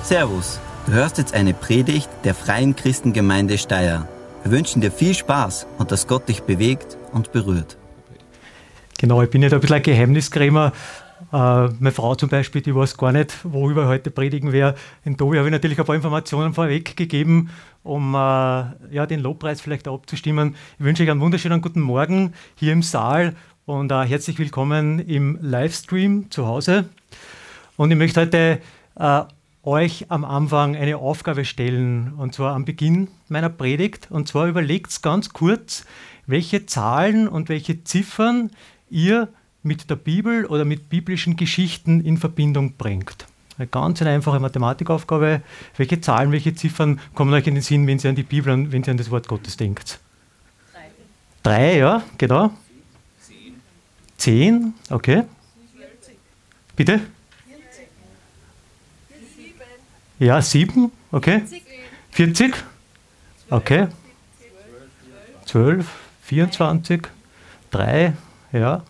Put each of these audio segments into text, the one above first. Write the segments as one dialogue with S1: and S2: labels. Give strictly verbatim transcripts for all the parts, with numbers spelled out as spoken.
S1: Servus, du hörst jetzt eine Predigt der Freien Christengemeinde Steyr. Wir wünschen dir viel Spaß und dass Gott dich bewegt und berührt.
S2: Genau, ich bin ja da ein bisschen ein Geheimniskrämer. Äh, meine Frau zum Beispiel, die weiß gar nicht, worüber ich heute predigen werde. In Tobi habe ich natürlich ein paar Informationen vorweg gegeben, um äh, ja, den Lobpreis vielleicht auch abzustimmen. Ich wünsche euch einen wunderschönen guten Morgen hier im Saal und äh, herzlich willkommen im Livestream zu Hause. Und ich möchte heute äh, euch am Anfang eine Aufgabe stellen, und zwar am Beginn meiner Predigt. Und zwar überlegt ganz kurz, welche Zahlen und welche Ziffern ihr mit der Bibel oder mit biblischen Geschichten in Verbindung bringt. Eine ganz eine einfache Mathematikaufgabe. Welche Zahlen, welche Ziffern kommen euch in den Sinn, wenn ihr an die Bibel und wenn ihr an das Wort Gottes denkt? Drei. Drei, ja, genau. Zehn. Zehn, okay. vierzig. Bitte? vierzig. Sieben. Ja, sieben, okay. vierzig. Okay. zwölf. vierundzwanzig. drei, ja.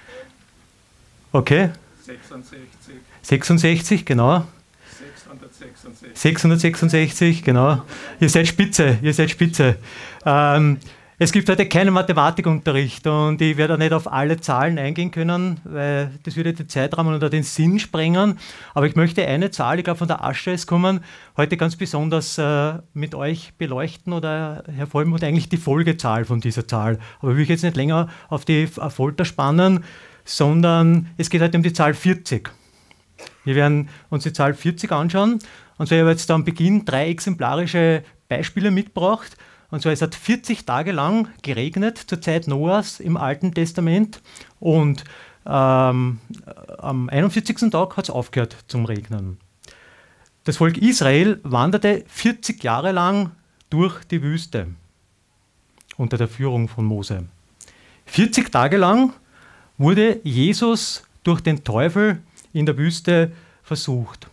S2: Okay.
S3: sechsundsechzig.
S2: sechsundsechzig, genau.
S3: sechshundertsechsundsechzig.
S2: sechshundertsechsundsechzig, genau. Ihr seid spitze, ihr seid spitze. Ähm, es gibt heute keinen Mathematikunterricht und ich werde auch nicht auf alle Zahlen eingehen können, weil das würde den Zeitrahmen oder den Sinn sprengen. Aber ich möchte eine Zahl, ich glaube von der Asche ist kommen, heute ganz besonders äh, mit euch beleuchten oder hervorheben und eigentlich die Folgezahl von dieser Zahl. Aber ich will jetzt nicht länger auf die Folter spannen, sondern es geht heute um die Zahl vierzig. Wir werden uns die Zahl vierzig anschauen. Und so habe ich jetzt da am Beginn drei exemplarische Beispiele mitgebracht. Und zwar, es hat vierzig Tage lang geregnet zur Zeit Noahs im Alten Testament. Und ähm, am einundvierzigsten Tag hat es aufgehört zum Regnen. Das Volk Israel wanderte vierzig Jahre lang durch die Wüste unter der Führung von Mose. vierzig Tage lang wurde Jesus durch den Teufel in der Wüste versucht.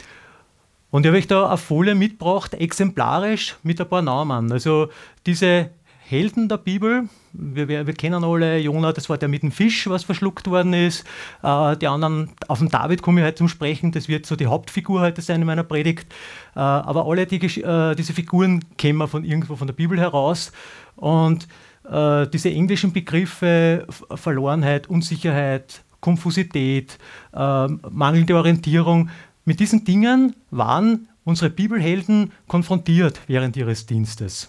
S2: Und ich habe euch da eine Folie mitgebracht, exemplarisch mit ein paar Namen. Also diese Helden der Bibel, wir, wir, wir kennen alle, Jona, das war der mit dem Fisch, was verschluckt worden ist. Äh, die anderen, auf den David komme ich heute zum Sprechen, das wird so die Hauptfigur heute sein in meiner Predigt. Äh, aber alle die, äh, diese Figuren kennen wir von irgendwo von der Bibel heraus. Und äh, diese englischen Begriffe, Verlorenheit, Unsicherheit, Konfusität, äh, mangelnde Orientierung, mit diesen Dingen waren unsere Bibelhelden konfrontiert während ihres Dienstes.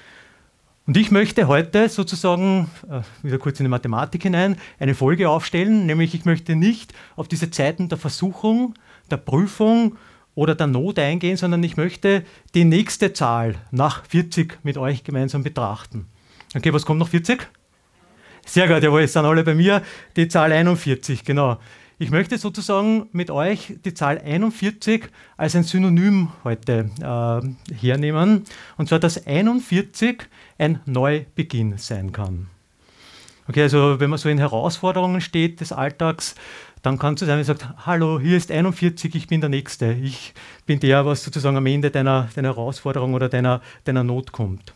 S2: Und ich möchte heute sozusagen, äh, wieder kurz in die Mathematik hinein, eine Folge aufstellen, nämlich ich möchte nicht auf diese Zeiten der Versuchung, der Prüfung oder der Not eingehen, sondern ich möchte die nächste Zahl nach vierzig mit euch gemeinsam betrachten. Okay, was kommt nach vierzig? Sehr gut, jawohl, es sind alle bei mir. Die Zahl einundvierzig, genau. Ich möchte sozusagen mit euch die Zahl einundvierzig als ein Synonym heute äh, hernehmen. Und zwar, dass einundvierzig ein Neubeginn sein kann. Okay, also wenn man so in Herausforderungen steht des Alltags, dann kann es sein, man sagt, hallo, hier ist einundvierzig, ich bin der Nächste. Ich bin der, was sozusagen am Ende deiner, deiner Herausforderung oder deiner, deiner Not kommt.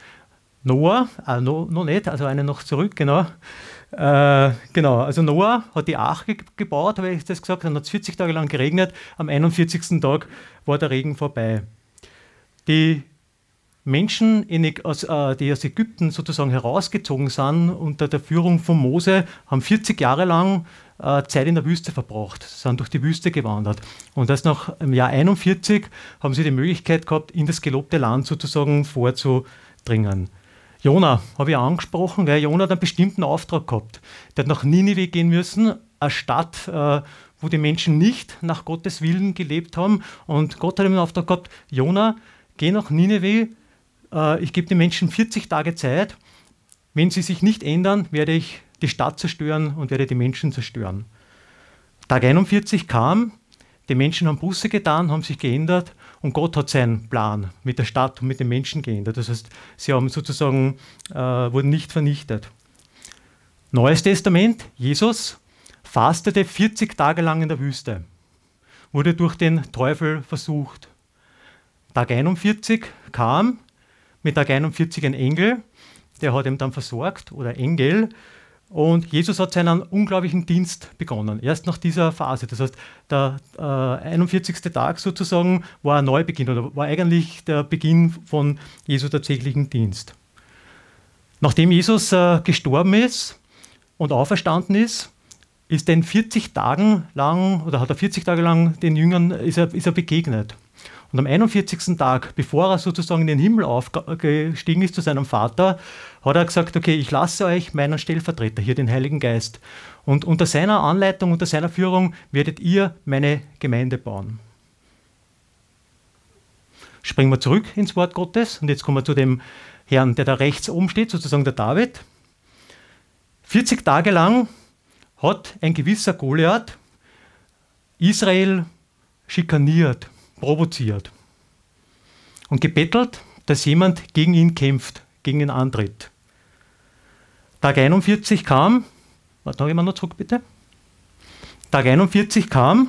S2: Noah, äh, no, noch nicht, also eine noch zurück, genau. Äh, genau, also Noah hat die Arche ge- gebaut, habe ich das gesagt, dann hat es vierzig Tage lang geregnet, am einundvierzigsten Tag war der Regen vorbei. Die Menschen, in, aus, äh, die aus Ägypten sozusagen herausgezogen sind unter der Führung von Mose, haben vierzig Jahre lang äh, Zeit in der Wüste verbracht, sind durch die Wüste gewandert. Und erst nach im Jahr einundvierzig haben sie die Möglichkeit gehabt, in das gelobte Land sozusagen vorzudringen. Jona habe ich angesprochen, weil Jona hat einen bestimmten Auftrag gehabt. Der hat nach Ninive gehen müssen, eine Stadt, äh, wo die Menschen nicht nach Gottes Willen gelebt haben. Und Gott hat ihm den Auftrag gehabt, Jona, geh nach Ninive, äh, ich gebe den Menschen vierzig Tage Zeit. Wenn sie sich nicht ändern, werde ich die Stadt zerstören und werde die Menschen zerstören. Tag einundvierzig kam, die Menschen haben Buße getan, haben sich geändert und Gott hat seinen Plan mit der Stadt und mit den Menschen geändert. Das heißt, sie haben sozusagen, äh, wurden nicht vernichtet. Neues Testament, Jesus fastete vierzig Tage lang in der Wüste, wurde durch den Teufel versucht. Tag einundvierzig kam, mit Tag einundvierzig ein Engel, der hat ihm dann versorgt, oder Engel, Und Jesus hat seinen unglaublichen Dienst begonnen, erst nach dieser Phase. Das heißt, der äh, einundvierzigste Tag sozusagen war ein Neubeginn oder war eigentlich der Beginn von Jesu tatsächlichen Dienst. Nachdem Jesus äh, gestorben ist und auferstanden ist, ist er in vierzig Tagen lang, oder hat er vierzig Tage lang den Jüngern ist er, ist er begegnet. Und am einundvierzigsten Tag, bevor er sozusagen in den Himmel aufgestiegen ist zu seinem Vater, hat er gesagt, okay, ich lasse euch meinen Stellvertreter, hier den Heiligen Geist. Und unter seiner Anleitung, unter seiner Führung werdet ihr meine Gemeinde bauen. Springen wir zurück ins Wort Gottes und jetzt kommen wir zu dem Herrn, der da rechts oben steht, sozusagen der David. vierzig Tage lang hat ein gewisser Goliath Israel schikaniert, provoziert und gebettelt, dass jemand gegen ihn kämpft, gegen ihn antritt. Tag einundvierzig kam, warte noch jemand noch zurück bitte. Tag einundvierzig kam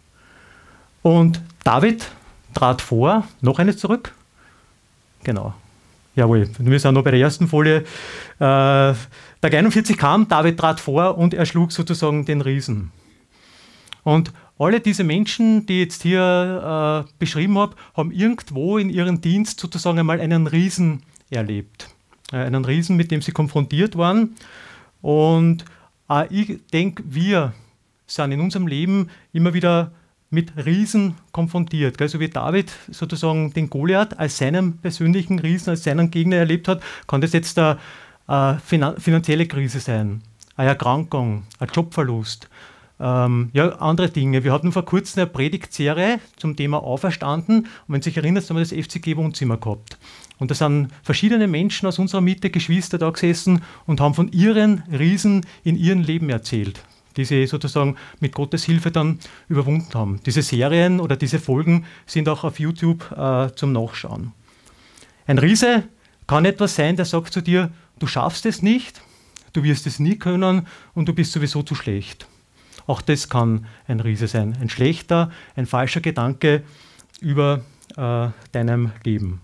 S2: und David trat vor, noch eines zurück, genau, jawohl, wir sind noch bei der ersten Folie. Äh, Tag einundvierzig kam, David trat vor und erschlug sozusagen den Riesen. Und alle diese Menschen, die ich jetzt hier äh, beschrieben habe, haben irgendwo in ihrem Dienst sozusagen einmal einen Riesen erlebt. Äh, einen Riesen, mit dem sie konfrontiert waren. Und äh, ich denke, wir sind in unserem Leben immer wieder mit Riesen konfrontiert. Also wie David sozusagen den Goliath als seinen persönlichen Riesen, als seinen Gegner erlebt hat, kann das jetzt eine äh, finan- finanzielle Krise sein, eine Erkrankung, ein Jobverlust, Ähm, ja, andere Dinge. Wir hatten vor kurzem eine Predigtserie zum Thema Auferstanden. Und wenn Sie sich erinnern, haben wir das F C G-Wohnzimmer gehabt. Und da sind verschiedene Menschen aus unserer Mitte, Geschwister, da gesessen und haben von ihren Riesen in ihrem Leben erzählt, die sie sozusagen mit Gottes Hilfe dann überwunden haben. Diese Serien oder diese Folgen sind auch auf YouTube äh, zum Nachschauen. Ein Riese kann etwas sein, der sagt zu dir, du schaffst es nicht, du wirst es nie können und du bist sowieso zu schlecht. Auch das kann ein Riese sein. Ein schlechter, ein falscher Gedanke über äh, deinem Leben.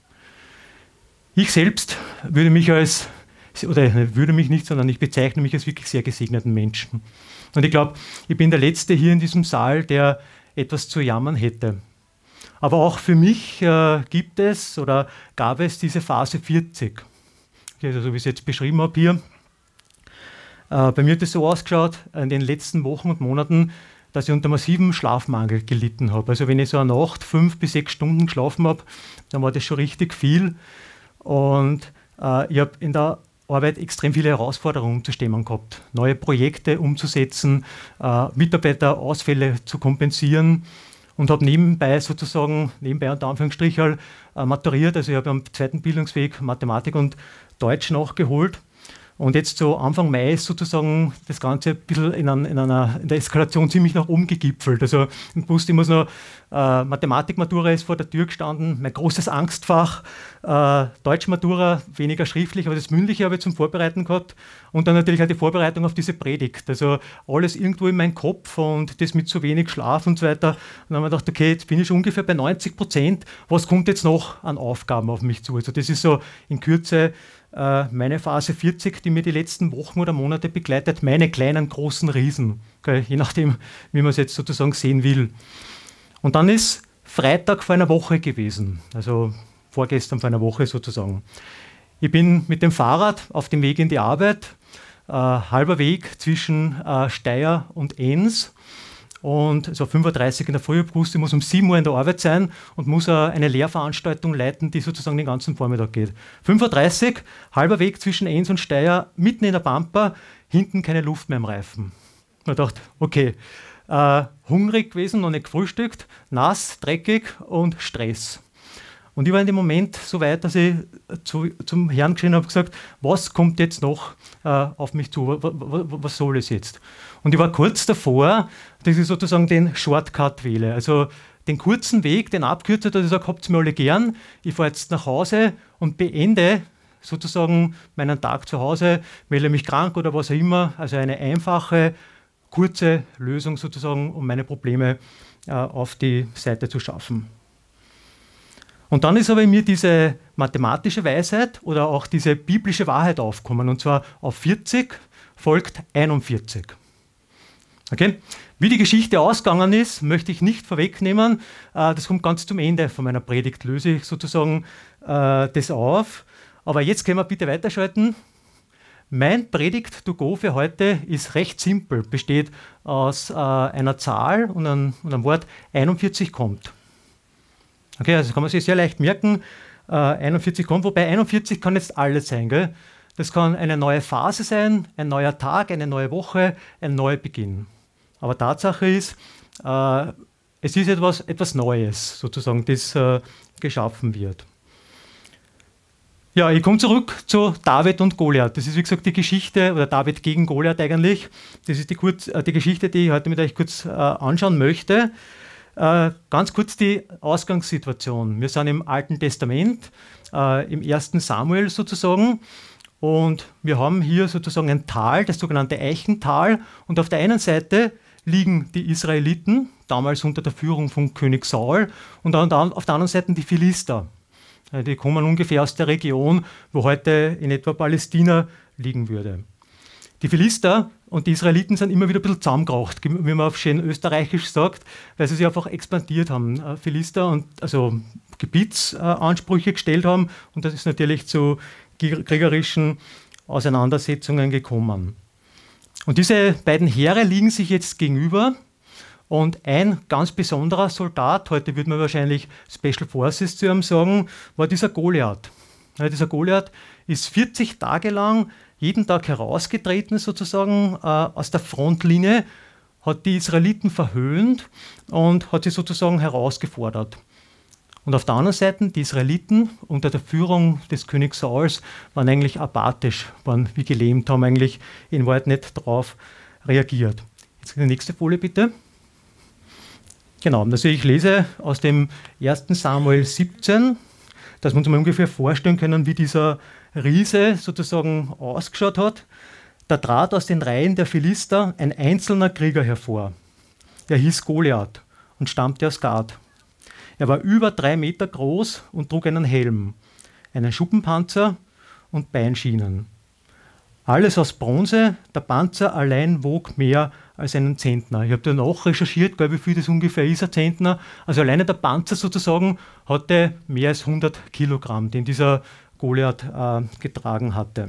S2: Ich selbst würde mich als, oder würde mich nicht, sondern ich bezeichne mich als wirklich sehr gesegneten Menschen. Und ich glaube, ich bin der Letzte hier in diesem Saal, der etwas zu jammern hätte. Aber auch für mich äh, gibt es oder gab es diese Phase vierzig. Also so wie ich es jetzt beschrieben habe hier. Äh, bei mir hat es so ausgeschaut in den letzten Wochen und Monaten, dass ich unter massivem Schlafmangel gelitten habe. Also wenn ich so eine Nacht fünf bis sechs Stunden geschlafen habe, dann war das schon richtig viel. Und äh, ich habe in der Arbeit extrem viele Herausforderungen zu stemmen gehabt. Neue Projekte umzusetzen, äh, Mitarbeiterausfälle zu kompensieren und habe nebenbei sozusagen, nebenbei unter Anführungsstrichen, äh, maturiert. Also ich habe am zweiten Bildungsweg Mathematik und Deutsch nachgeholt. Und jetzt so Anfang Mai ist sozusagen das Ganze ein bisschen in, ein, in, einer, in der Eskalation ziemlich nach oben gegipfelt. Also ich wusste, ich muss noch, äh, Mathematik-Matura ist vor der Tür gestanden, mein großes Angstfach, äh, Deutsch-Matura, weniger schriftlich, aber das Mündliche habe ich zum Vorbereiten gehabt und dann natürlich auch die Vorbereitung auf diese Predigt. Also alles irgendwo in meinem Kopf und das mit so wenig Schlaf und so weiter. Und dann haben wir gedacht, okay, jetzt bin ich schon ungefähr bei neunzig Prozent, was kommt jetzt noch an Aufgaben auf mich zu? Also das ist so in Kürze meine Phase vierzig, die mir die letzten Wochen oder Monate begleitet, meine kleinen, großen Riesen, okay, je nachdem, wie man es jetzt sozusagen sehen will. Und dann ist Freitag vor einer Woche gewesen, also vorgestern vor einer Woche sozusagen. Ich bin mit dem Fahrrad auf dem Weg in die Arbeit, äh, halber Weg zwischen äh, Steyr und Enns. Und so fünf Uhr dreißig in der Früh, ich wusste, ich muss um sieben Uhr in der Arbeit sein und muss eine Lehrveranstaltung leiten, die sozusagen den ganzen Vormittag geht. fünf Uhr dreißig, halber Weg zwischen Enns und Steyr, mitten in der Pampa, hinten keine Luft mehr im Reifen. Ich dachte, okay, äh, hungrig gewesen, noch nicht gefrühstückt, nass, dreckig und Stress. Und ich war in dem Moment so weit, dass ich zu, zum Herrn geschrien habe und gesagt, was kommt jetzt noch äh, auf mich zu, was, was, was soll es jetzt? Und ich war kurz davor, dass ich sozusagen den Shortcut wähle, also den kurzen Weg, den abkürze, dass ich sage, habt ihr mir alle gern, ich fahre jetzt nach Hause und beende sozusagen meinen Tag zu Hause, melde mich krank oder was auch immer, also eine einfache, kurze Lösung sozusagen, um meine Probleme äh, auf die Seite zu schaffen. Und dann ist aber in mir diese mathematische Weisheit oder auch diese biblische Wahrheit aufgekommen, und zwar auf vierzig folgt einundvierzig. Okay? Wie die Geschichte ausgegangen ist, möchte ich nicht vorwegnehmen. Äh, das kommt ganz zum Ende von meiner Predigt, löse ich sozusagen äh, das auf. Aber jetzt können wir bitte weiterschalten. Mein Predigt to go für heute ist recht simpel, besteht aus äh, einer Zahl und einem, und einem Wort, einundvierzig kommt. Okay, also kann man sich sehr leicht merken, äh, einundvierzig kommt, wobei einundvierzig kann jetzt alles sein. Gell? Das kann eine neue Phase sein, ein neuer Tag, eine neue Woche, ein neuer Beginn. Aber Tatsache ist, äh, es ist etwas, etwas Neues, sozusagen, das äh, geschaffen wird. Ja, ich komme zurück zu David und Goliath. Das ist, wie gesagt, die Geschichte, oder David gegen Goliath eigentlich. Das ist die, kurz, äh, die Geschichte, die ich heute mit euch kurz äh, anschauen möchte. Äh, ganz kurz die Ausgangssituation. Wir sind im Alten Testament, äh, im ersten Samuel sozusagen. Und wir haben hier sozusagen ein Tal, das sogenannte Eichental. Und auf der einen Seite liegen die Israeliten, damals unter der Führung von König Saul, und auf der anderen Seite die Philister. Die kommen ungefähr aus der Region, wo heute in etwa Palästina liegen würde. Die Philister und die Israeliten sind immer wieder ein bisschen zusammengeraucht, wie man auf schön österreichisch sagt, weil sie sich einfach expandiert haben. Philister und also Gebietsansprüche gestellt haben, und das ist natürlich zu kriegerischen Auseinandersetzungen gekommen. Und diese beiden Heere liegen sich jetzt gegenüber. Und ein ganz besonderer Soldat, heute würde man wahrscheinlich Special Forces zu ihm sagen, war dieser Goliath. Ja, dieser Goliath ist vierzig Tage lang jeden Tag herausgetreten sozusagen äh, aus der Frontlinie, hat die Israeliten verhöhnt und hat sie sozusagen herausgefordert. Und auf der anderen Seite, die Israeliten unter der Führung des Königs Sauls waren eigentlich apathisch, waren wie gelähmt, haben eigentlich in Wahrheit nicht darauf reagiert. Jetzt die nächste Folie bitte. Genau, also ich lese aus dem ersten Samuel siebzehn, dass wir uns mal ungefähr vorstellen können, wie dieser Riese sozusagen ausgeschaut hat. Da trat aus den Reihen der Philister ein einzelner Krieger hervor. Er hieß Goliath und stammte aus Gad. Er war über drei Meter groß und trug einen Helm, einen Schuppenpanzer und Beinschienen. Alles aus Bronze, der Panzer allein wog mehr als einen Zentner. Ich habe danach recherchiert, wie viel das ungefähr ist, ein Zentner. Also alleine der Panzer sozusagen hatte mehr als hundert Kilogramm, den dieser Goliath äh, getragen hatte.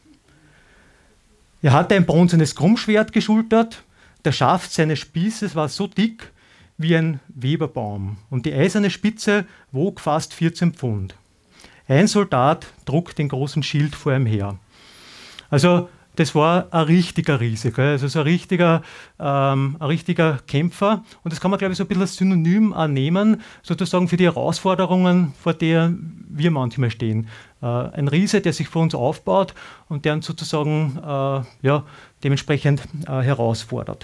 S2: Er hatte ein bronzenes Krummschwert geschultert. Der Schaft seines Spießes war so dick wie ein Weberbaum und die eiserne Spitze wog fast vierzehn Pfund. Ein Soldat trug den großen Schild vor ihm her. Also das war ein richtiger Riese, gell? Also so ein richtiger, ähm, ein richtiger Kämpfer. Und das kann man, glaube ich, so ein bisschen als Synonym auch nehmen, sozusagen für die Herausforderungen, vor denen wir manchmal stehen. Äh, ein Riese, der sich vor uns aufbaut und der uns sozusagen äh, ja, dementsprechend äh, herausfordert.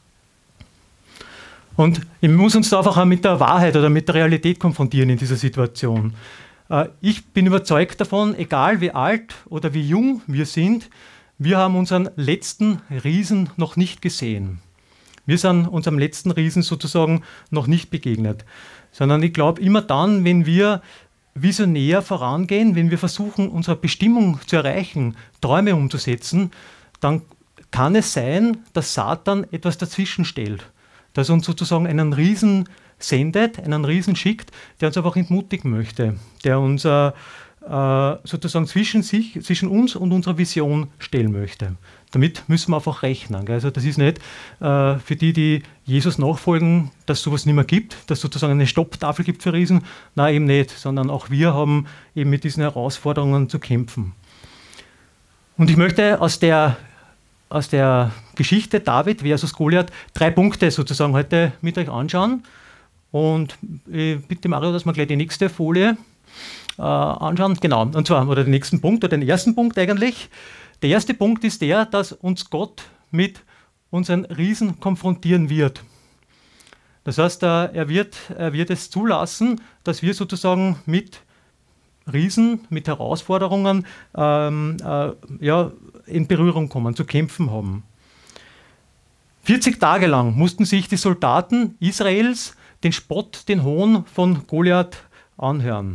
S2: Und ich muss uns da einfach auch mit der Wahrheit oder mit der Realität konfrontieren in dieser Situation. Äh, ich bin überzeugt davon, egal wie alt oder wie jung wir sind, wir haben unseren letzten Riesen noch nicht gesehen. Wir sind unserem letzten Riesen sozusagen noch nicht begegnet. Sondern ich glaube, immer dann, wenn wir visionär vorangehen, wenn wir versuchen, unsere Bestimmung zu erreichen, Träume umzusetzen, dann kann es sein, dass Satan etwas dazwischen stellt. Dass er uns sozusagen einen Riesen sendet, einen Riesen schickt, der uns einfach entmutigen möchte, der uns äh, sozusagen zwischen sich, zwischen uns und unserer Vision stellen möchte. Damit müssen wir einfach rechnen. Gell? Also das ist nicht äh, für die, die Jesus nachfolgen, dass es sowas nicht mehr gibt, dass es sozusagen eine Stopptafel gibt für Riesen. Nein, eben nicht, sondern auch wir haben eben mit diesen Herausforderungen zu kämpfen. Und ich möchte aus der, aus der Geschichte David versus Goliath drei Punkte sozusagen heute mit euch anschauen. Und ich bitte Mario, dass wir gleich die nächste Folie Äh, anschauen. Genau, und zwar, oder den nächsten Punkt, oder den ersten Punkt eigentlich. Der erste Punkt ist der, dass uns Gott mit unseren Riesen konfrontieren wird. Das heißt, äh, er, wird, er wird es zulassen, dass wir sozusagen mit Riesen, mit Herausforderungen ähm, äh, ja, in Berührung kommen, zu kämpfen haben. vierzig Tage lang mussten sich die Soldaten Israels den Spott, den Hohn von Goliath anhören.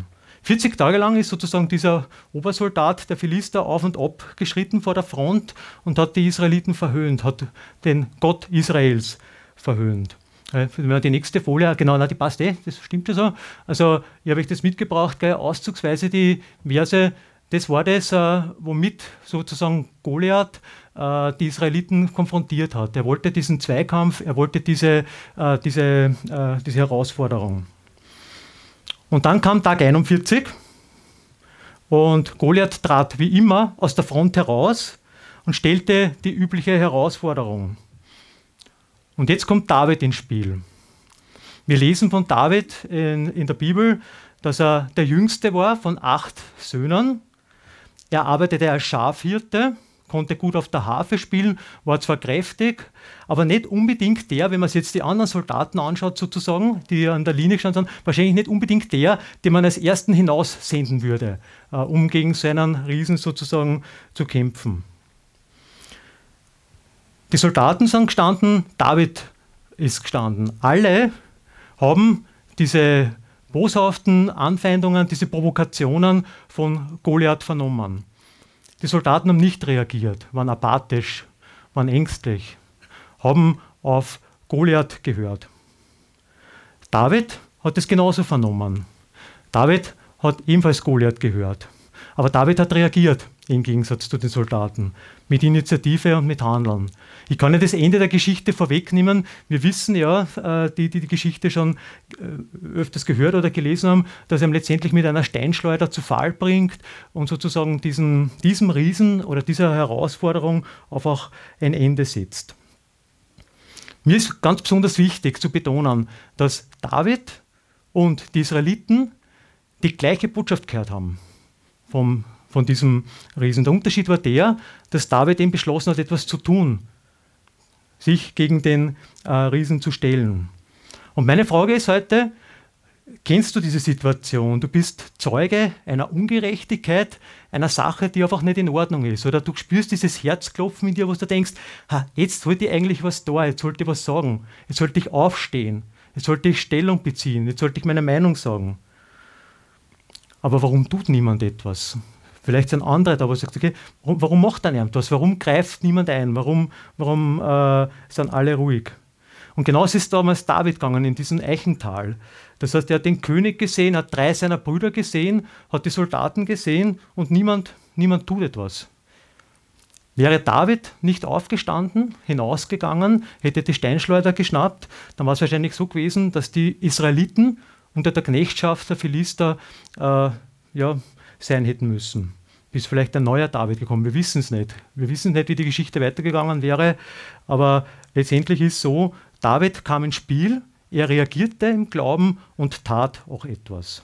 S2: vierzig Tage lang ist sozusagen dieser Obersoldat der Philister auf und ab geschritten vor der Front und hat die Israeliten verhöhnt, hat den Gott Israels verhöhnt. Wenn man die nächste Folie, genau, na, die passt eh, das stimmt ja so. Also, ich habe euch das mitgebracht, gell, auszugsweise die Verse. Das war das, äh, womit sozusagen Goliath äh, die Israeliten konfrontiert hat. Er wollte diesen Zweikampf, er wollte diese, äh, diese, äh, diese Herausforderung. Und dann kam Tag einundvierzig und Goliath trat wie immer aus der Front heraus und stellte die übliche Herausforderung. Und jetzt kommt David ins Spiel. Wir lesen von David in, in der Bibel, dass er der Jüngste war von acht Söhnen. Er arbeitete als Schafhirte, konnte gut auf der Harfe spielen, war zwar kräftig, aber nicht unbedingt der, wenn man sich jetzt die anderen Soldaten anschaut sozusagen, die an der Linie gestanden sind, wahrscheinlich nicht unbedingt der, den man als Ersten hinaussenden würde, äh, um gegen so einen Riesen sozusagen zu kämpfen. Die Soldaten sind gestanden, David ist gestanden. Alle haben diese boshaften Anfeindungen, diese Provokationen von Goliath vernommen. Die Soldaten haben nicht reagiert, waren apathisch, waren ängstlich, haben auf Goliath gehört. David hat es genauso vernommen. David hat ebenfalls Goliath gehört. Aber David hat reagiert, im Gegensatz zu den Soldaten, mit Initiative und mit Handeln. Ich kann nicht das Ende der Geschichte vorwegnehmen. Wir wissen ja, die, die die Geschichte schon öfters gehört oder gelesen haben, dass er ihn letztendlich mit einer Steinschleuder zu Fall bringt und sozusagen diesen, diesem Riesen oder dieser Herausforderung einfach ein Ende setzt. Mir ist ganz besonders wichtig zu betonen, dass David und die Israeliten die gleiche Botschaft gehört haben vom, von diesem Riesen. Der Unterschied war der, dass David eben beschlossen hat, etwas zu tun, sich gegen den äh, Riesen zu stellen. Und meine Frage ist heute, kennst du diese Situation? Du bist Zeuge einer Ungerechtigkeit, einer Sache, die einfach nicht in Ordnung ist. Oder du spürst dieses Herzklopfen in dir, wo du denkst, ha, jetzt sollte ich eigentlich was da, jetzt sollte ich was sagen, jetzt sollte ich aufstehen, jetzt sollte ich Stellung beziehen, jetzt sollte ich meine Meinung sagen. Aber warum tut niemand etwas? Vielleicht sind andere da, wo sagt, okay, warum, warum macht dann jemand was? Warum greift niemand ein? Warum, warum äh, sind alle ruhig? Und genauso ist damals David gegangen in diesem Eichental. Das heißt, er hat den König gesehen, hat drei seiner Brüder gesehen, hat die Soldaten gesehen und niemand, niemand tut etwas. Wäre David nicht aufgestanden, hinausgegangen, hätte die Steinschleuder geschnappt, dann war es wahrscheinlich so gewesen, dass die Israeliten unter der Knechtschaft der Philister äh, ja, sein hätten müssen. Bis vielleicht ein neuer David gekommen. Wir wissen es nicht. Wir wissen nicht, wie die Geschichte weitergegangen wäre, aber letztendlich ist es so, David kam ins Spiel, er reagierte im Glauben und tat auch etwas.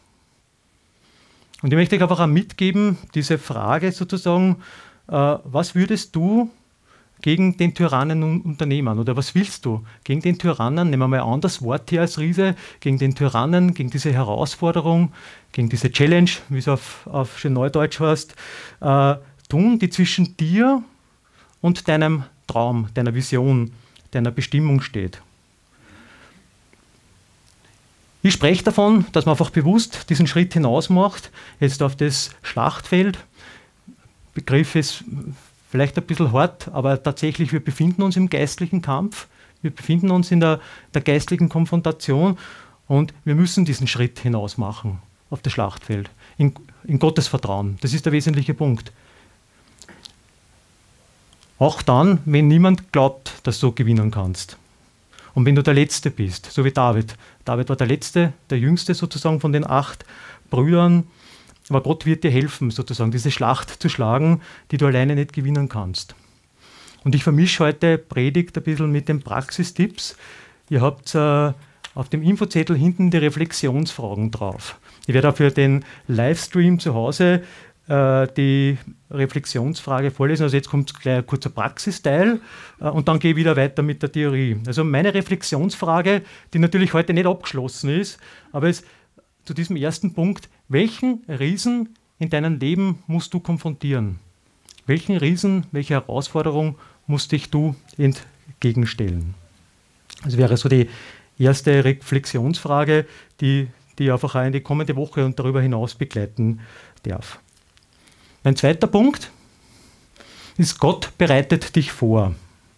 S2: Und ich möchte euch einfach auch mitgeben, diese Frage sozusagen, äh, was würdest du gegen den Tyrannen unternehmen? Oder was willst du gegen den Tyrannen, nehmen wir mal ein anderes Wort hier als Riese, gegen den Tyrannen, gegen diese Herausforderung, gegen diese Challenge, wie es auf, auf schön Neudeutsch heißt, äh, tun, die zwischen dir und deinem Traum, deiner Vision, deiner Bestimmung steht. Ich spreche davon, dass man einfach bewusst diesen Schritt hinaus macht, jetzt auf das Schlachtfeld. Begriff ist vielleicht ein bisschen hart, aber tatsächlich, wir befinden uns im geistlichen Kampf, wir befinden uns in der, der geistlichen Konfrontation und wir müssen diesen Schritt hinaus machen auf das Schlachtfeld, in, in Gottes Vertrauen. Das ist der wesentliche Punkt. Auch dann, wenn niemand glaubt, dass du gewinnen kannst. Und wenn du der Letzte bist, so wie David. David war der Letzte, der Jüngste sozusagen von den acht Brüdern. Aber Gott wird dir helfen, sozusagen diese Schlacht zu schlagen, die du alleine nicht gewinnen kannst. Und ich vermische heute Predigt ein bisschen mit den Praxistipps. Ihr habt äh, auf dem Infozettel hinten die Reflexionsfragen drauf. Ich werde auch für den Livestream zu Hause äh, die Reflexionsfrage vorlesen. Also jetzt kommt gleich ein kurzer Praxisteil äh, und dann gehe ich wieder weiter mit der Theorie. Also meine Reflexionsfrage, die natürlich heute nicht abgeschlossen ist, aber es zu diesem ersten Punkt, welchen Riesen in deinem Leben musst du konfrontieren? Welchen Riesen, welche Herausforderung musst dich du entgegenstellen? Das wäre so die erste Reflexionsfrage, die die ich einfach auch in die kommende Woche und darüber hinaus begleiten darf. Mein zweiter Punkt ist, Gott bereitet dich vor.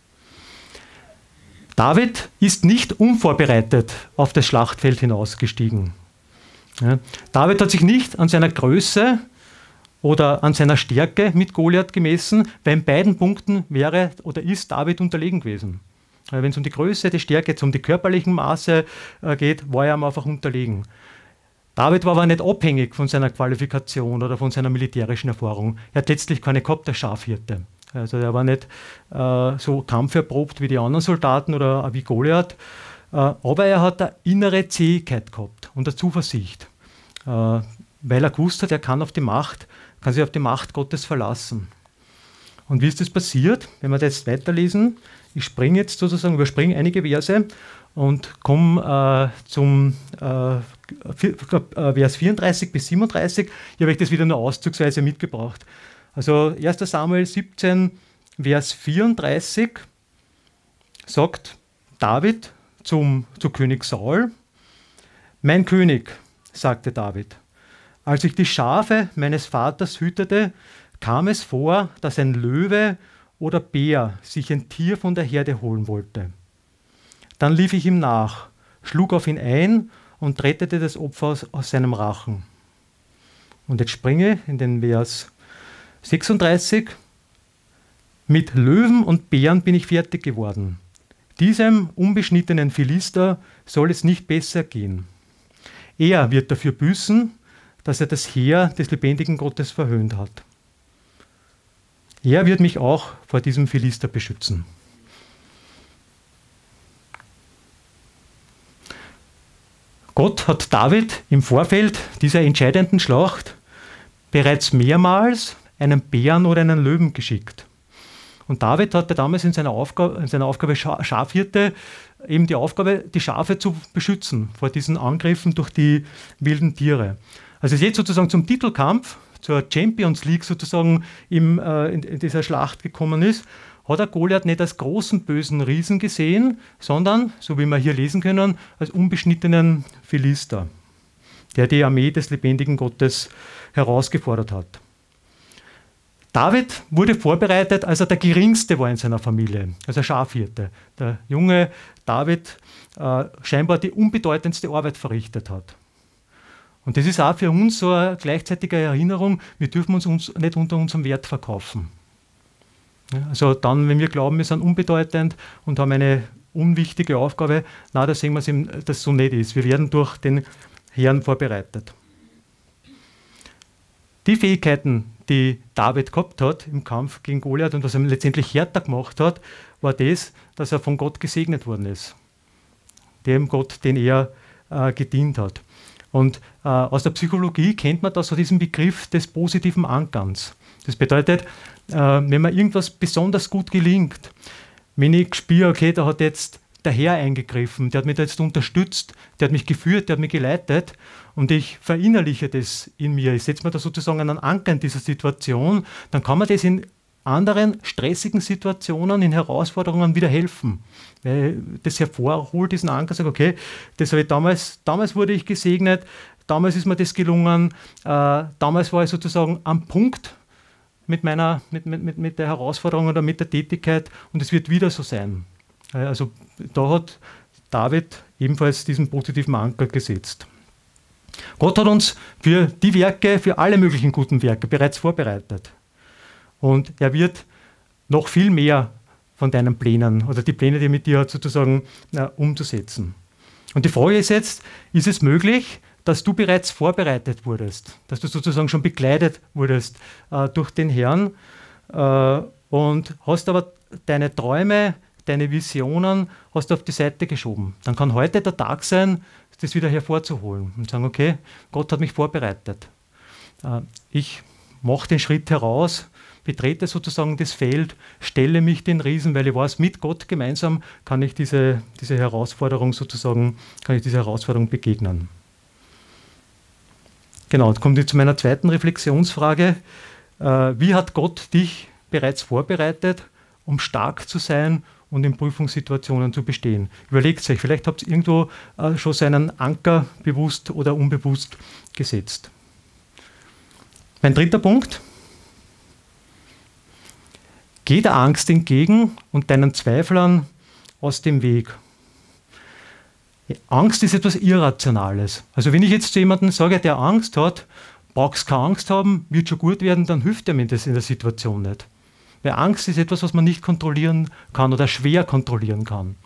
S2: David ist nicht unvorbereitet auf das Schlachtfeld hinausgestiegen. Ja, David hat sich nicht an seiner Größe oder an seiner Stärke mit Goliath gemessen, weil in beiden Punkten wäre oder ist David unterlegen gewesen. Wenn es um die Größe, die Stärke, jetzt um die körperlichen Maße äh, geht, war er ihm einfach unterlegen. David war aber nicht abhängig von seiner Qualifikation oder von seiner militärischen Erfahrung. Er hat letztlich keine gehabt, der Schafhirte. Also er war nicht äh, so kampferprobt wie die anderen Soldaten oder wie Goliath, äh, aber er hat eine innere Zähigkeit gehabt und eine Zuversicht, äh, weil er gewusst hat, er kann auf die Macht, kann sich auf die Macht Gottes verlassen. Und wie ist das passiert? Wenn wir das weiterlesen, ich springe jetzt sozusagen, überspringe einige Verse und komme äh, zum äh, Vers vierunddreißig bis siebenunddreißig. Ich habe euch das wieder nur auszugsweise mitgebracht. Also erster Samuel siebzehn, Vers vierunddreißig sagt David zum, zu König Saul: Mein König, sagte David, als ich die Schafe meines Vaters hütete, kam es vor, dass ein Löwe oder Bär sich ein Tier von der Herde holen wollte. Dann lief ich ihm nach, schlug auf ihn ein und rettete das Opfer aus, aus seinem Rachen. Und jetzt springe in den Vers sechsunddreißig. Mit Löwen und Bären bin ich fertig geworden. Diesem unbeschnittenen Philister soll es nicht besser gehen. Er wird dafür büßen, dass er das Heer des lebendigen Gottes verhöhnt hat. Er wird mich auch vor diesem Philister beschützen. Gott hat David im Vorfeld dieser entscheidenden Schlacht bereits mehrmals einen Bären oder einen Löwen geschickt. Und David hatte damals in seiner Aufgabe, in seiner Aufgabe Schafhirte eben die Aufgabe, die Schafe zu beschützen vor diesen Angriffen durch die wilden Tiere. Als es jetzt sozusagen zum Titelkampf, zur Champions League sozusagen im, äh, in, in dieser Schlacht gekommen ist, hat er Goliath nicht als großen, bösen Riesen gesehen, sondern, so wie wir hier lesen können, als unbeschnittenen Philister, der die Armee des lebendigen Gottes herausgefordert hat. David wurde vorbereitet, als er der Geringste war in seiner Familie, als er Schafhirte. Der junge David äh, scheinbar die unbedeutendste Arbeit verrichtet hat. Und das ist auch für uns so eine gleichzeitige Erinnerung, wir dürfen uns, uns nicht unter unserem Wert verkaufen. Also dann, wenn wir glauben, wir sind unbedeutend und haben eine unwichtige Aufgabe, na, da sehen wir, dass das so nicht ist. Wir werden durch den Herrn vorbereitet. Die Fähigkeiten, die David gehabt hat im Kampf gegen Goliath und was er letztendlich härter gemacht hat, war das, dass er von Gott gesegnet worden ist. Dem Gott, den er äh, gedient hat. Und äh, aus der Psychologie kennt man da so diesen Begriff des positiven Ankerns. Das bedeutet, äh, wenn mir irgendwas besonders gut gelingt, wenn ich spüre, okay, da hat jetzt der Herr eingegriffen, der hat mich da jetzt unterstützt, der hat mich geführt, der hat mich geleitet und ich verinnerliche das in mir, ich setze mir da sozusagen einen Anker in dieser Situation, dann kann man das in anderen stressigen Situationen, in Herausforderungen wieder helfen. Weil das hervorholt, diesen Anker, sagt, okay, das habe ich damals, damals wurde ich gesegnet, damals ist mir das gelungen, äh, damals war ich sozusagen am Punkt mit, meiner, mit, mit, mit der Herausforderung oder mit der Tätigkeit und es wird wieder so sein. Also da hat David ebenfalls diesen positiven Anker gesetzt. Gott hat uns für die Werke, für alle möglichen guten Werke bereits vorbereitet. Und er wird noch viel mehr von deinen Plänen oder die Pläne, die er mit dir hat, sozusagen na, umzusetzen. Und die Frage ist jetzt, ist es möglich, dass du bereits vorbereitet wurdest, dass du sozusagen schon begleitet wurdest äh, durch den Herrn äh, und hast aber deine Träume, deine Visionen hast du auf die Seite geschoben. Dann kann heute der Tag sein, das wieder hervorzuholen und sagen, okay, Gott hat mich vorbereitet. Äh, ich mache den Schritt heraus, betrete sozusagen das Feld, stelle mich den Riesen, weil ich weiß, mit Gott gemeinsam kann ich diese, diese Herausforderung sozusagen, kann ich dieser Herausforderung begegnen. Genau, jetzt kommt jetzt zu meiner zweiten Reflexionsfrage. Äh, wie hat Gott dich bereits vorbereitet, um stark zu sein und in Prüfungssituationen zu bestehen. Überlegt euch, vielleicht habt ihr irgendwo äh, schon seinen Anker bewusst oder unbewusst gesetzt. Mein dritter Punkt. Geh der Angst entgegen und deinen Zweiflern aus dem Weg. Angst ist etwas Irrationales. Also wenn ich jetzt zu jemandem sage, der Angst hat, brauchst keine Angst haben, wird schon gut werden, dann hilft er mir das in der Situation nicht. Weil Angst ist etwas, was man nicht kontrollieren kann oder schwer kontrollieren kann.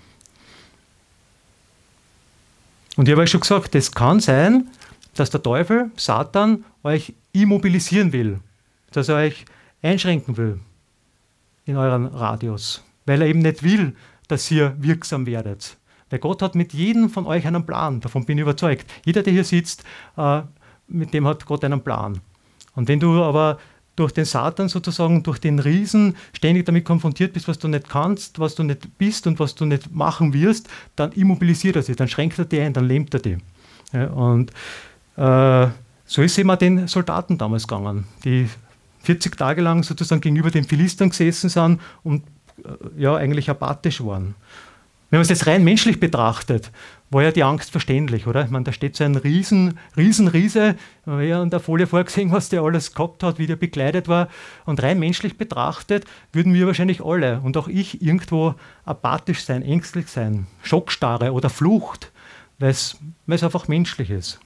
S2: Und ich habe euch schon gesagt, es kann sein, dass der Teufel, Satan, euch immobilisieren will, dass er euch einschränken will in euren Radius, weil er eben nicht will, dass ihr wirksam werdet. Weil Gott hat mit jedem von euch einen Plan, davon bin ich überzeugt. Jeder, der hier sitzt, äh, mit dem hat Gott einen Plan. Und wenn du aber durch den Satan sozusagen, durch den Riesen ständig damit konfrontiert bist, was du nicht kannst, was du nicht bist und was du nicht machen wirst, dann immobilisiert er sich, dann schränkt er dich ein, dann lähmt er dich. Ja, und äh, so ist es eben auch den Soldaten damals gegangen, die vierzig Tage lang sozusagen gegenüber den Philistern gesessen sind und äh, ja, eigentlich apathisch waren. Wenn man es jetzt rein menschlich betrachtet, war ja die Angst verständlich, oder? Ich meine, da steht so ein Riesen, Riesenriese, wir haben ja in der Folie vorgesehen, was der alles gehabt hat, wie der bekleidet war. Und rein menschlich betrachtet würden wir wahrscheinlich alle, und auch ich, irgendwo apathisch sein, ängstlich sein, Schockstarre oder Flucht, weil es einfach menschlich ist.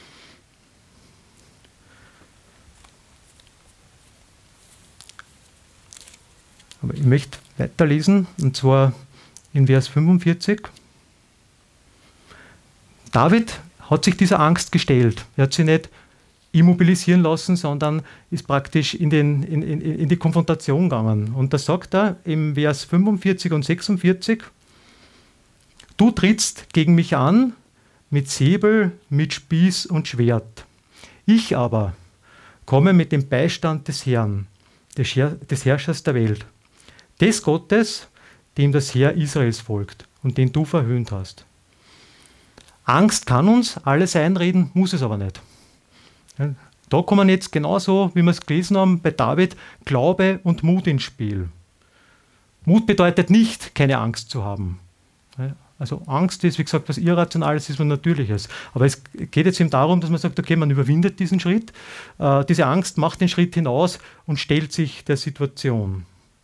S2: Aber ich möchte weiterlesen, und zwar in Vers fünfundvierzig. David hat sich dieser Angst gestellt. Er hat sie nicht immobilisieren lassen, sondern ist praktisch in, den, in, in, in die Konfrontation gegangen. Und da sagt er im Vers fünfundvierzig und sechsundvierzig, du trittst gegen mich an mit Säbel, mit Spieß und Schwert. Ich aber komme mit dem Beistand des Herrn, des, Herr, des Herrschers der Welt, des Gottes, dem das Heer Israels folgt und den du verhöhnt hast. Angst kann uns alles einreden, muss es aber nicht. Da kommen jetzt genauso, wie wir es gelesen haben, bei David Glaube und Mut ins Spiel. Mut bedeutet nicht, keine Angst zu haben. Also Angst ist, wie gesagt, was Irrationales, ist was Natürliches. Aber es geht jetzt eben darum, dass man sagt, okay, man überwindet diesen Schritt. Äh, diese Angst macht den Schritt hinaus und stellt sich der Situation.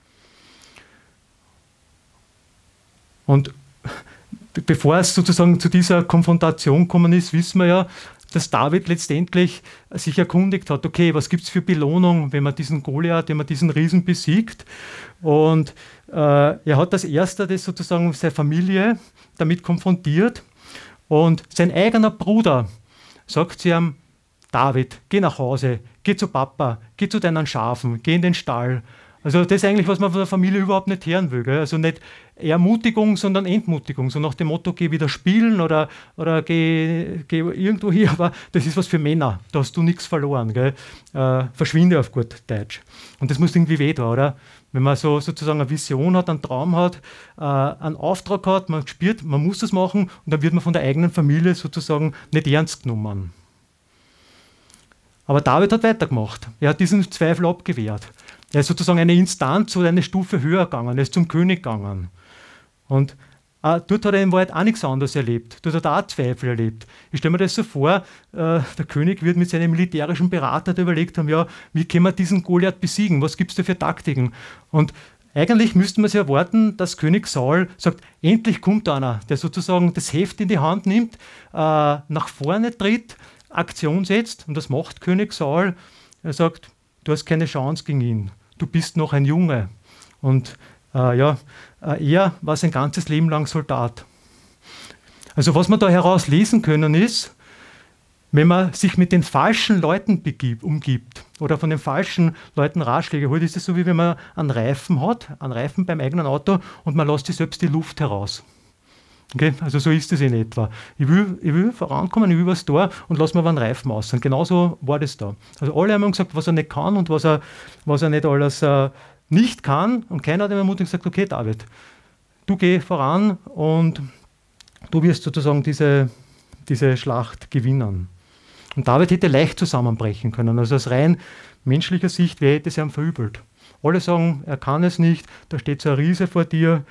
S2: Und bevor es sozusagen zu dieser Konfrontation gekommen ist, wissen wir ja, dass David letztendlich sich erkundigt hat, okay, was gibt es für Belohnung, wenn man diesen Goliath, wenn man diesen Riesen besiegt? Und äh, er hat als erster das sozusagen seine Familie damit konfrontiert und sein eigener Bruder sagt zu ihm, David, geh nach Hause, geh zu Papa, geh zu deinen Schafen, geh in den Stall. Also das ist eigentlich, was man von der Familie überhaupt nicht hören will. Gell? Also nicht Ermutigung, sondern Entmutigung. So nach dem Motto, geh wieder spielen oder, oder geh, geh irgendwo hier. Aber das ist was für Männer. Da hast du nichts verloren. Gell? Äh, verschwinde auf gut Deutsch. Und das muss irgendwie weh tun, oder? Wenn man so sozusagen eine Vision hat, einen Traum hat, äh, einen Auftrag hat, man spürt, man muss das machen und dann wird man von der eigenen Familie sozusagen nicht ernst genommen. Aber David hat weitergemacht. Er hat diesen Zweifel abgewehrt. Er ist sozusagen eine Instanz oder eine Stufe höher gegangen. Er ist zum König gegangen. Und äh, dort hat er in Wahrheit auch nichts anderes erlebt. Dort hat er auch Zweifel erlebt. Ich stelle mir das so vor, äh, der König wird mit seinem militärischen Berater da überlegt haben, ja, wie können wir diesen Goliath besiegen? Was gibt es da für Taktiken? Und eigentlich müsste man sich erwarten, dass König Saul sagt, endlich kommt einer, der sozusagen das Heft in die Hand nimmt, äh, nach vorne tritt, Aktion setzt. Und das macht König Saul. Er sagt, du hast keine Chance gegen ihn. Du bist noch ein Junge. Und äh, ja, äh, er war sein ganzes Leben lang Soldat. Also was wir da heraus lesen können ist, wenn man sich mit den falschen Leuten begibt, umgibt oder von den falschen Leuten Ratschläge holt, ist es so, wie wenn man einen Reifen hat, einen Reifen beim eigenen Auto und man lässt sich selbst die Luft heraus. Okay? Also so ist es in etwa. Ich will, ich will vorankommen, ich will was da und lass mir aber einen Reifen aus. Und genauso war das da. Also alle haben gesagt, was er nicht kann und was er, was er nicht alles äh, nicht kann. Und keiner hat ihm ermutigt gesagt, okay David, du geh voran und du wirst sozusagen diese, diese Schlacht gewinnen. Und David hätte leicht zusammenbrechen können. Also aus rein menschlicher Sicht, wer hätte es ihm verübelt? Alle sagen, er kann es nicht, da steht so ein Riese vor dir,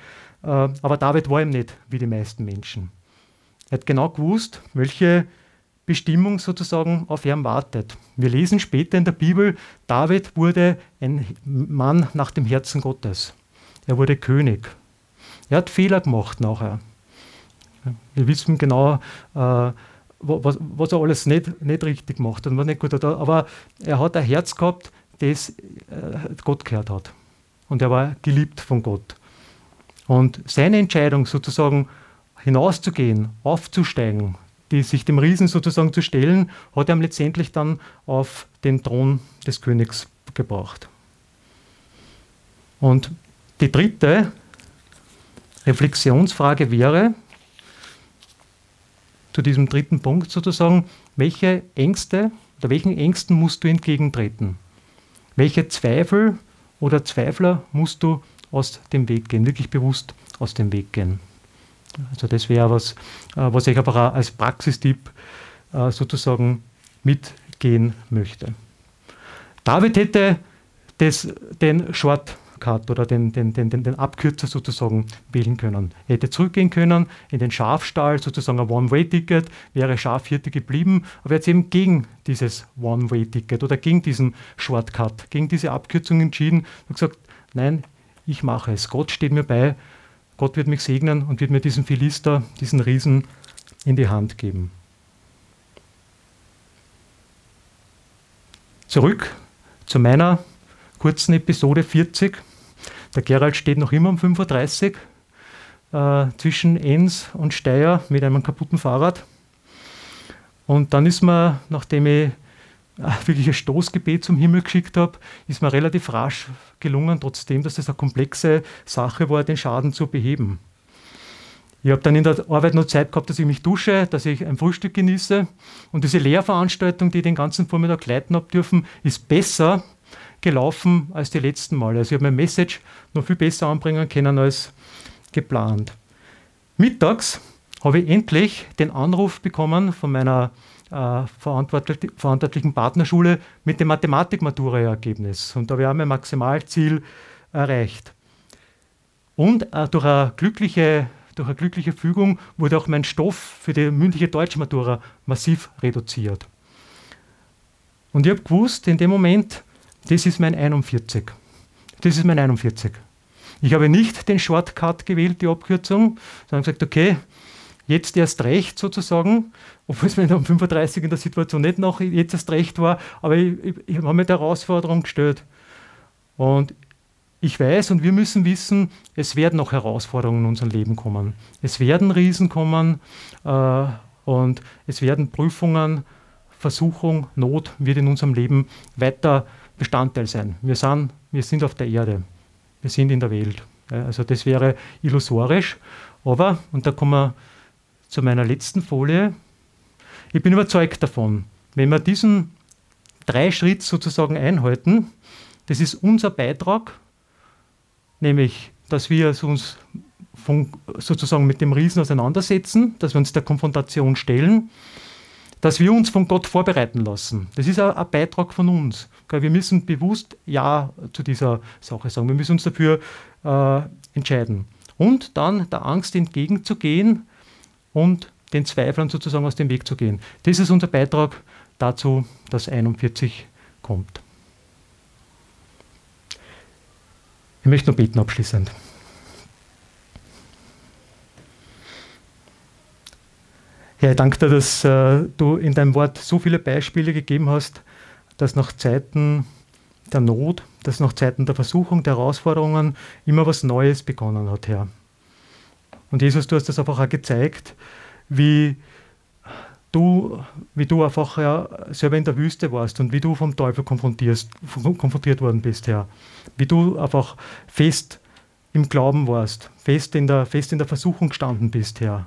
S2: Äh, aber David war eben nicht wie die meisten Menschen. Er hat genau gewusst, welche Bestimmung sozusagen auf ihn wartet. Wir lesen später in der Bibel, David wurde ein Mann nach dem Herzen Gottes. Er wurde König. Er hat Fehler gemacht nachher. Wir wissen genau, äh, was, was er alles nicht, nicht richtig gemacht hat und was nicht gut hat. Aber er hat ein Herz gehabt, das äh, Gott gehört hat. Und er war geliebt von Gott. Und seine Entscheidung sozusagen hinauszugehen, aufzusteigen, die sich dem Riesen sozusagen zu stellen, hat er letztendlich dann auf den Thron des Königs gebracht. Und die dritte Reflexionsfrage wäre, zu diesem dritten Punkt sozusagen, welche Ängste oder welchen Ängsten musst du entgegentreten? Welche Zweifel oder Zweifler musst du aus dem Weg gehen, wirklich bewusst aus dem Weg gehen? Also das wäre was, was ich aber auch als Praxistipp sozusagen mitgehen möchte. David hätte das, den Shortcut oder den, den, den, den Abkürzer sozusagen wählen können. Er hätte zurückgehen können in den Schafstall, sozusagen ein One-Way-Ticket, wäre Schafhirte geblieben, aber er hat sich eben gegen dieses One-Way-Ticket oder gegen diesen Shortcut, gegen diese Abkürzung entschieden und gesagt, nein, ich mache es. Gott steht mir bei, Gott wird mich segnen und wird mir diesen Philister, diesen Riesen in die Hand geben. Zurück zu meiner kurzen Episode vierzig. Der Gerald steht noch immer um fünfunddreißig äh, zwischen Enns und Steyr mit einem kaputten Fahrrad. Und dann ist mir, nachdem ich wirklich ein Stoßgebet zum Himmel geschickt habe, ist mir relativ rasch gelungen, trotzdem, dass es eine komplexe Sache war, den Schaden zu beheben. Ich habe dann in der Arbeit noch Zeit gehabt, dass ich mich dusche, dass ich ein Frühstück genieße. Und diese Lehrveranstaltung, die ich den ganzen Vormittag leiten habe dürfen, ist besser gelaufen als die letzten Male. Also ich habe mein Message noch viel besser anbringen können als geplant. Mittags habe ich endlich den Anruf bekommen von meiner äh, verantwortlich, verantwortlichen Partnerschule mit dem Mathematik-Matura-Ergebnis. Und da habe ich auch mein Maximalziel erreicht. Und äh, durch, eine glückliche, durch eine glückliche Fügung wurde auch mein Stoff für die mündliche Deutschmatura massiv reduziert. Und ich habe gewusst, in dem Moment, das ist mein einundvierzig. Das ist mein einundvierzig. Ich habe nicht den Shortcut gewählt, die Abkürzung, sondern gesagt, okay, jetzt erst recht sozusagen, obwohl es mir um fünfunddreißig in der Situation nicht noch jetzt erst recht war, aber ich, ich, ich habe mir der Herausforderung gestellt. Und ich weiß und wir müssen wissen, es werden noch Herausforderungen in unserem Leben kommen. Es werden Riesen kommen äh, und es werden Prüfungen, Versuchung, Not wird in unserem Leben weiter Bestandteil sein. Wir sind, wir sind auf der Erde, wir sind in der Welt. Also das wäre illusorisch, aber, und da kommen wir zu meiner letzten Folie, ich bin überzeugt davon, wenn wir diesen drei Schritt sozusagen einhalten, das ist unser Beitrag, nämlich, dass wir uns von, sozusagen mit dem Riesen auseinandersetzen, dass wir uns der Konfrontation stellen, dass wir uns von Gott vorbereiten lassen. Das ist ein, ein Beitrag von uns. Wir müssen bewusst Ja zu dieser Sache sagen. Wir müssen uns dafür äh, entscheiden. Und dann der Angst entgegenzugehen und den Zweiflern sozusagen aus dem Weg zu gehen. Das ist unser Beitrag dazu, dass einundvierzig kommt. Ich möchte noch beten abschließend. Herr, ich danke dir, dass äh, du in deinem Wort so viele Beispiele gegeben hast, dass nach Zeiten der Not, dass nach Zeiten der Versuchung, der Herausforderungen immer was Neues begonnen hat, Herr. Und Jesus, du hast das einfach auch gezeigt, wie du, wie du einfach ja, selber in der Wüste warst und wie du vom Teufel konfrontierst, konfrontiert worden bist, Herr. Wie du einfach fest im Glauben warst, fest in der, fest in der Versuchung gestanden bist, Herr.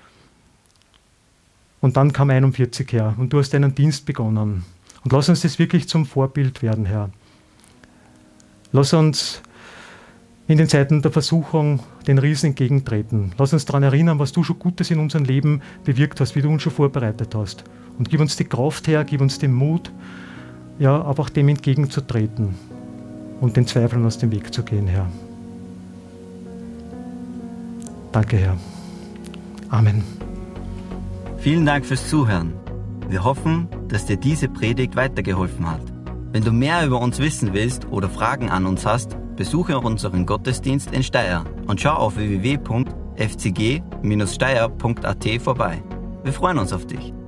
S2: Und dann kam einundvierzig her und du hast deinen Dienst begonnen. Und lass uns das wirklich zum Vorbild werden, Herr. Lass uns in den Zeiten der Versuchung den Riesen entgegentreten. Lass uns daran erinnern, was du schon Gutes in unserem Leben bewirkt hast, wie du uns schon vorbereitet hast. Und gib uns die Kraft her, gib uns den Mut, ja, einfach dem entgegenzutreten und den Zweifeln aus dem Weg zu gehen, Herr. Danke, Herr. Amen.
S1: Vielen Dank fürs Zuhören. Wir hoffen, dass dir diese Predigt weitergeholfen hat. Wenn du mehr über uns wissen willst oder Fragen an uns hast, besuche unseren Gottesdienst in Steyr und schau auf w w w punkt f c g Bindestrich steyr punkt a t vorbei. Wir freuen uns auf dich.